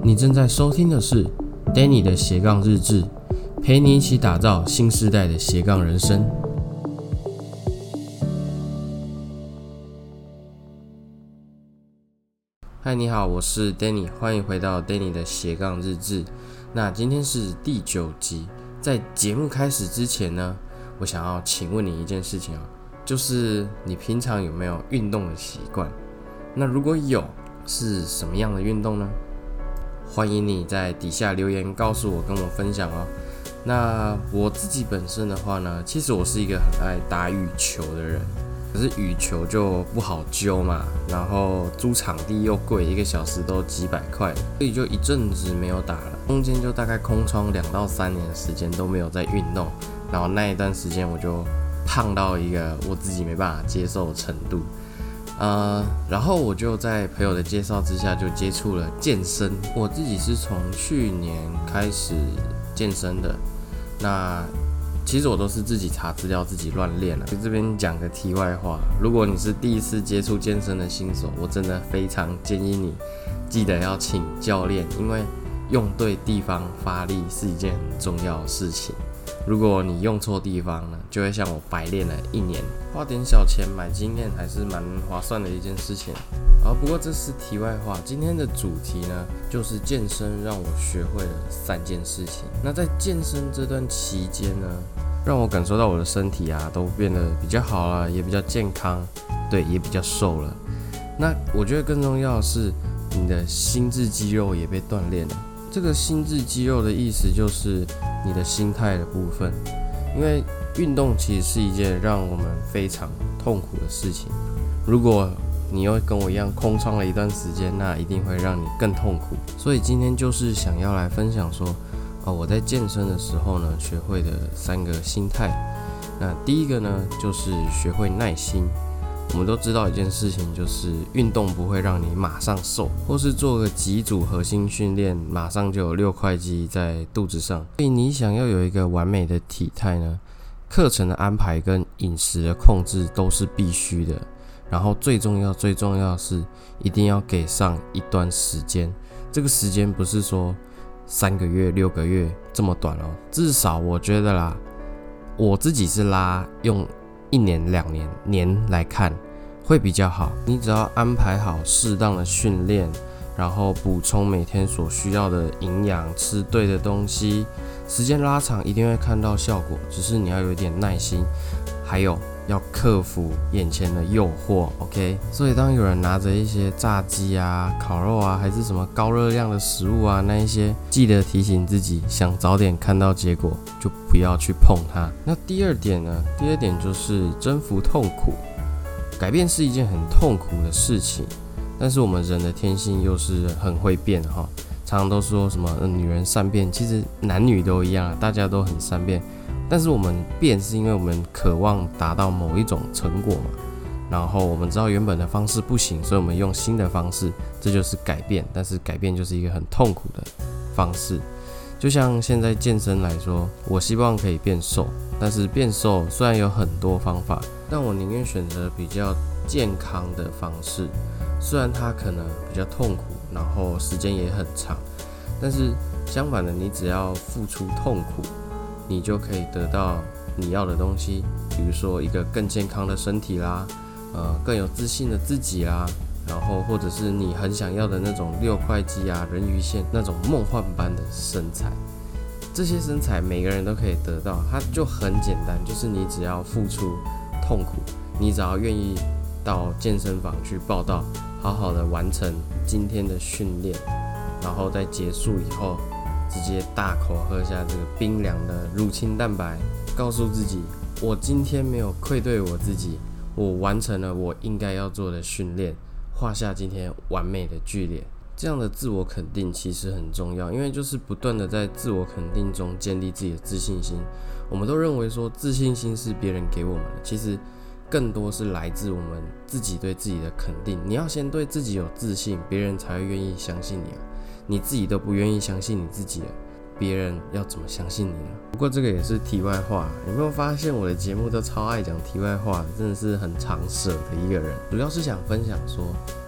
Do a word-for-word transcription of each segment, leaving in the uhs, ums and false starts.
你正在收听的是 Danny 的斜杠日志，陪你一起打造新时代的斜杠人生。嗨，你好，我是 Danny， 欢迎回到 Danny 的斜杠日志。那今天是第九集，在节目开始之前呢，我想要请问你一件事情啊，就是你平常有没有运动的习惯？那如果有，是什么样的运动呢？欢迎你在底下留言告诉我，跟我分享哦。那我自己本身的话呢，其实我是一个很爱打羽球的人，可是羽球就不好揪嘛，然后租场地又贵，一个小时都几百块，所以就一阵子没有打了，中间就大概空窗两到三年的时间都没有在运动，然后那一段时间我就胖到一个我自己没办法接受的程度。呃，然后我就在朋友的介绍之下就接触了健身。我自己是从去年开始健身的，那其实我都是自己查资料自己乱练了。就这边讲个题外话，如果你是第一次接触健身的新手，我真的非常建议你记得要请教练，因为用对地方发力是一件很重要的事情。如果你用错地方呢，就会像我白练了一年，花点小钱买经验还是蛮划算的一件事情。好，不过这是题外话，今天的主题呢，就是健身让我学会了三件事情。那在健身这段期间呢，让我感受到我的身体啊都变得比较好了，也比较健康，对，也比较瘦了。那我觉得更重要的是，你的心智肌肉也被锻炼了。这个心智肌肉的意思就是你的心态的部分，因为运动其实是一件让我们非常痛苦的事情。如果你又跟我一样空窗了一段时间，那一定会让你更痛苦。所以今天就是想要来分享说，哦，我在健身的时候呢，学会的三个心态。那第一个呢，就是学会耐心。我们都知道一件事情，就是运动不会让你马上瘦，或是做个几组核心训练，马上就有六块肌在肚子上。所以你想要有一个完美的体态呢，课程的安排跟饮食的控制都是必须的。然后最重要最重要的是，一定要给上一段时间。这个时间不是说三个月、六个月这么短哦，至少我觉得啦，我自己是拉用一年、两年、年来看会比较好。你只要安排好适当的训练，然后补充每天所需要的营养，吃对的东西，时间拉长一定会看到效果。只是你要有一点耐心，还有要克服眼前的诱惑 ，OK？ 所以当有人拿着一些炸鸡啊、烤肉啊，还是什么高热量的食物啊，那一些，记得提醒自己，想早点看到结果，就不要去碰它。那第二点呢？第二点就是征服痛苦。改变是一件很痛苦的事情，但是我们人的天性又是很会变哈。常常都说什么、呃、女人善变，其实男女都一样，大家都很善变。但是我们变是因为我们渴望达到某一种成果嘛，然后我们知道原本的方式不行，所以我们用新的方式，这就是改变。但是改变就是一个很痛苦的方式。就像现在健身来说，我希望可以变瘦，但是变瘦虽然有很多方法，但我宁愿选择比较健康的方式。虽然它可能比较痛苦，然后时间也很长，但是相反的，你只要付出痛苦，你就可以得到你要的东西，比如说一个更健康的身体啦，呃，更有自信的自己啦，然后或者是你很想要的那种六块肌啊、人鱼线那种梦幻般的身材。这些身材每个人都可以得到，它就很简单，就是你只要付出痛苦，你只要愿意到健身房去报到，好好的完成今天的训练，然后在结束以后直接大口喝下这个冰凉的乳清蛋白，告诉自己，我今天没有愧对我自己，我完成了我应该要做的训练，画下今天完美的句点。这样的自我肯定其实很重要，因为就是不断的在自我肯定中建立自己的自信心。我们都认为说自信心是别人给我们的，其实更多是来自我们自己对自己的肯定。你要先对自己有自信，别人才会愿意相信你啊。你自己都不愿意相信你自己了，别人要怎么相信你呢？不过这个也是题外话，有没有发现我的节目都超爱讲题外话，真的是很常舍的一个人。主要是想分享说，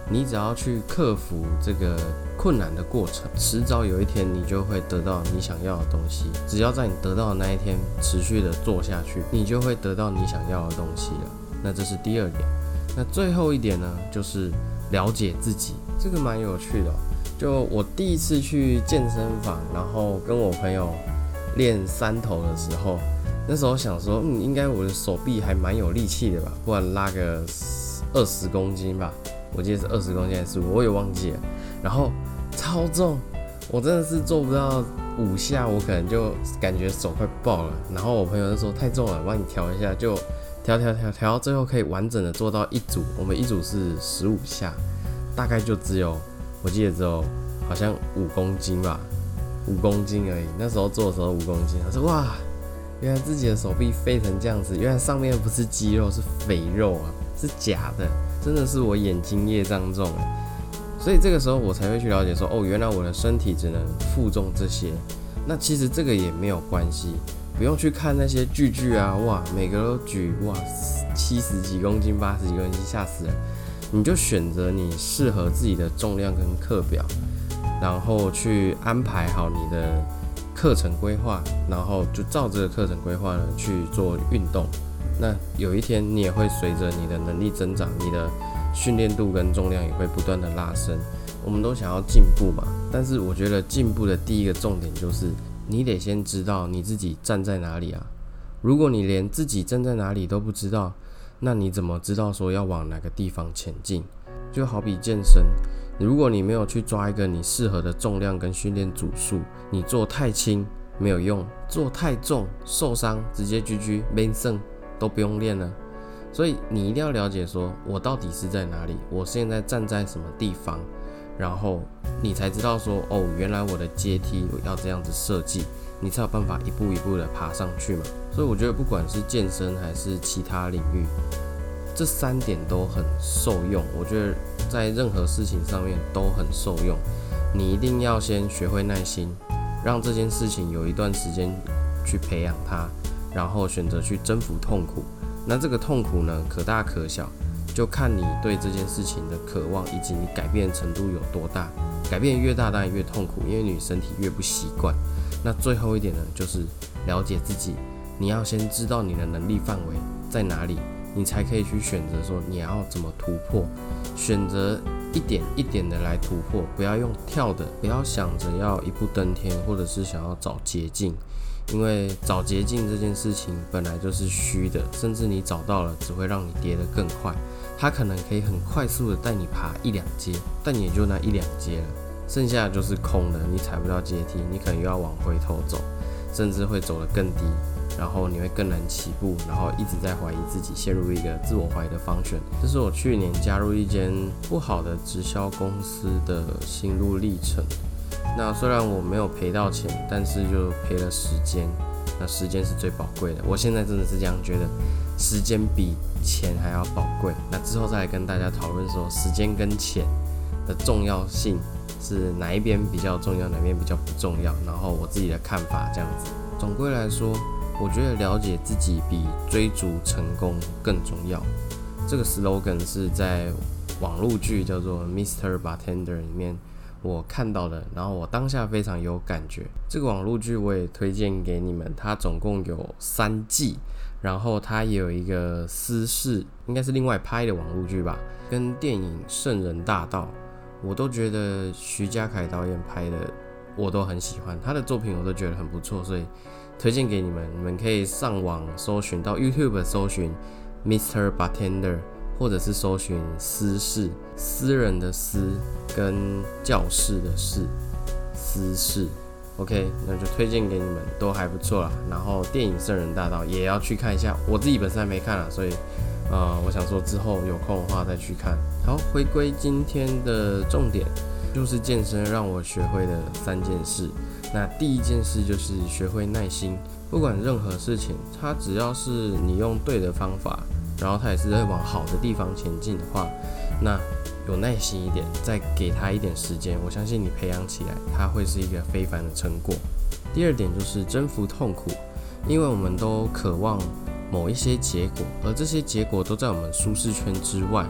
你只要去克服这个困难的过程，迟早有一天你就会得到你想要的东西。只要在你得到的那一天持续的做下去，你就会得到你想要的东西了。那这是第二点。那最后一点呢，就是了解自己，这个蛮有趣的哦。就我第一次去健身房，然后跟我朋友练三头的时候，那时候想说，嗯，应该我的手臂还蛮有力气的吧，不然拉个二十公斤吧。我记得是二十公斤还是十五，我也忘记了。然后超重，我真的是做不到五下，我可能就感觉手快爆了。然后我朋友就说太重了，我帮你调一下，就调调调调到最后可以完整的做到一组。我们一组是十五下，大概就只有我记得只有好像五公斤吧，五公斤而已。那时候做的时候五公斤，我说哇，原来自己的手臂废成这样子，原来上面不是肌肉是肥肉啊，是假的。真的是我眼睛业障重了，所以这个时候我才会去了解说，哦，原来我的身体只能负重这些。那其实这个也没有关系，不用去看那些巨巨啊，哇，每个都举哇七十几公斤、八十几公斤，吓死人。你就选择你适合自己的重量跟课表，然后去安排好你的课程规划，然后就照这个课程规划呢去做运动。那有一天你也会随着你的能力增长，你的训练度跟重量也会不断的拉升。我们都想要进步嘛，但是我觉得进步的第一个重点就是你得先知道你自己站在哪里啊。如果你连自己站在哪里都不知道，那你怎么知道说要往哪个地方前进？就好比健身，如果你没有去抓一个你适合的重量跟训练组数，你做太轻没有用，做太重受伤直接 G G 没剩都不用练了。所以你一定要了解说我到底是在哪里，我现在站在什么地方，然后你才知道说，哦，原来我的阶梯我要这样子设计，你才有办法一步一步的爬上去嘛。所以我觉得不管是健身还是其他领域，这三点都很受用。我觉得在任何事情上面都很受用。你一定要先学会耐心，让这件事情有一段时间去培养它，然后选择去征服痛苦。那这个痛苦呢，可大可小，就看你对这件事情的渴望以及你改变程度有多大。改变越大当然越痛苦，因为你身体越不习惯。那最后一点呢，就是了解自己，你要先知道你的能力范围在哪里，你才可以去选择说你要怎么突破，选择一点一点的来突破，不要用跳的，不要想着要一步登天，或者是想要找捷径。因为找捷径这件事情本来就是虚的，甚至你找到了只会让你跌得更快。它可能可以很快速的带你爬一两阶，但也就那一两阶了，剩下的就是空的，你踩不到阶梯，你可能又要往回头走，甚至会走得更低，然后你会更难起步，然后一直在怀疑自己，陷入一个自我怀疑的方选。这是我去年加入一间不好的直销公司的心路历程。那虽然我没有赔到钱，但是就赔了时间。那时间是最宝贵的，我现在真的是这样觉得，时间比钱还要宝贵。那之后再来跟大家讨论说，时间跟钱的重要性是哪一边比较重要，哪边比较不重要，然后我自己的看法这样子。总归来说，我觉得了解自己比追逐成功更重要。这个 slogan 是在网络剧叫做 Mister Bartender 里面我看到的，然后我当下非常有感觉。这个网络剧我也推荐给你们，它总共有三季，然后它也有一个私事，应该是另外拍的网络剧吧，跟电影《圣人大道》，我都觉得徐嘉凯导演拍的我都很喜欢，他的作品我都觉得很不错，所以推荐给你们。你们可以上网搜寻，到 YouTube 搜寻 Mister Bartender， 或者是搜寻私事，私人的私跟教室的室，私事 OK， 那就推荐给你们，都还不错啦。然后电影《圣人大道》也要去看一下，我自己本身还没看啦，所以呃，我想说之后有空的话再去看。好，回归今天的重点，就是健身让我学会的三件事。那第一件事就是学会耐心，不管任何事情，它只要是你用对的方法，然后它也是在往好的地方前进的话，那有耐心一点，再给它一点时间，我相信你培养起来，它会是一个非凡的成果。第二点就是征服痛苦，因为我们都渴望某一些结果，而这些结果都在我们舒适圈之外，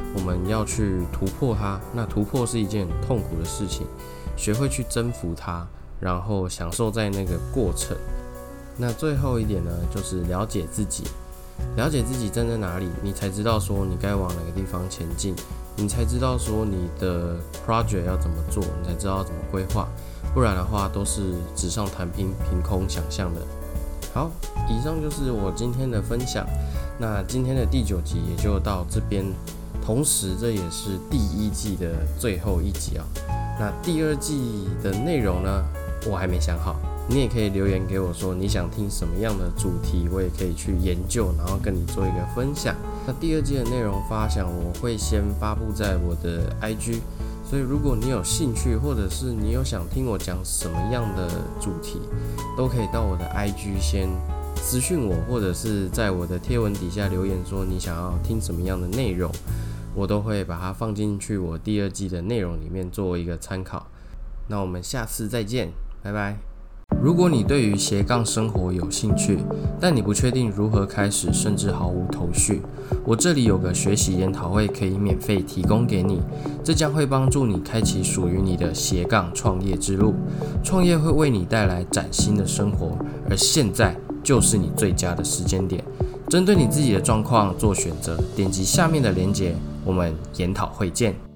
我们要去突破它。那突破是一件很痛苦的事情，学会去征服它，然后享受在那个过程。那最后一点呢，就是了解自己，了解自己站在哪里，你才知道说你该往哪个地方前进，你才知道说你的 project 要怎么做，你才知道怎么规划，不然的话都是纸上谈兵，凭空想象的。好，以上就是我今天的分享。那今天的第九集也就到这边，同时这也是第一季的最后一集啊。那第二季的内容呢，我还没想好。你也可以留言给我说你想听什么样的主题，我也可以去研究，然后跟你做一个分享。那第二季的内容发想我会先发布在我的 I G， 所以如果你有兴趣，或者是你有想听我讲什么样的主题，都可以到我的 I G 先私讯我，或者是在我的贴文底下留言说你想要听什么样的内容，我都会把它放进去我第二季的内容里面做一个参考。那我们下次再见，拜拜。如果你对于斜杠生活有兴趣，但你不确定如何开始，甚至毫无头绪，我这里有个学习研讨会可以免费提供给你，这将会帮助你开启属于你的斜杠创业之路。创业会为你带来崭新的生活，而现在就是你最佳的时间点。针对你自己的状况做选择，点击下面的连结，我们研讨会见。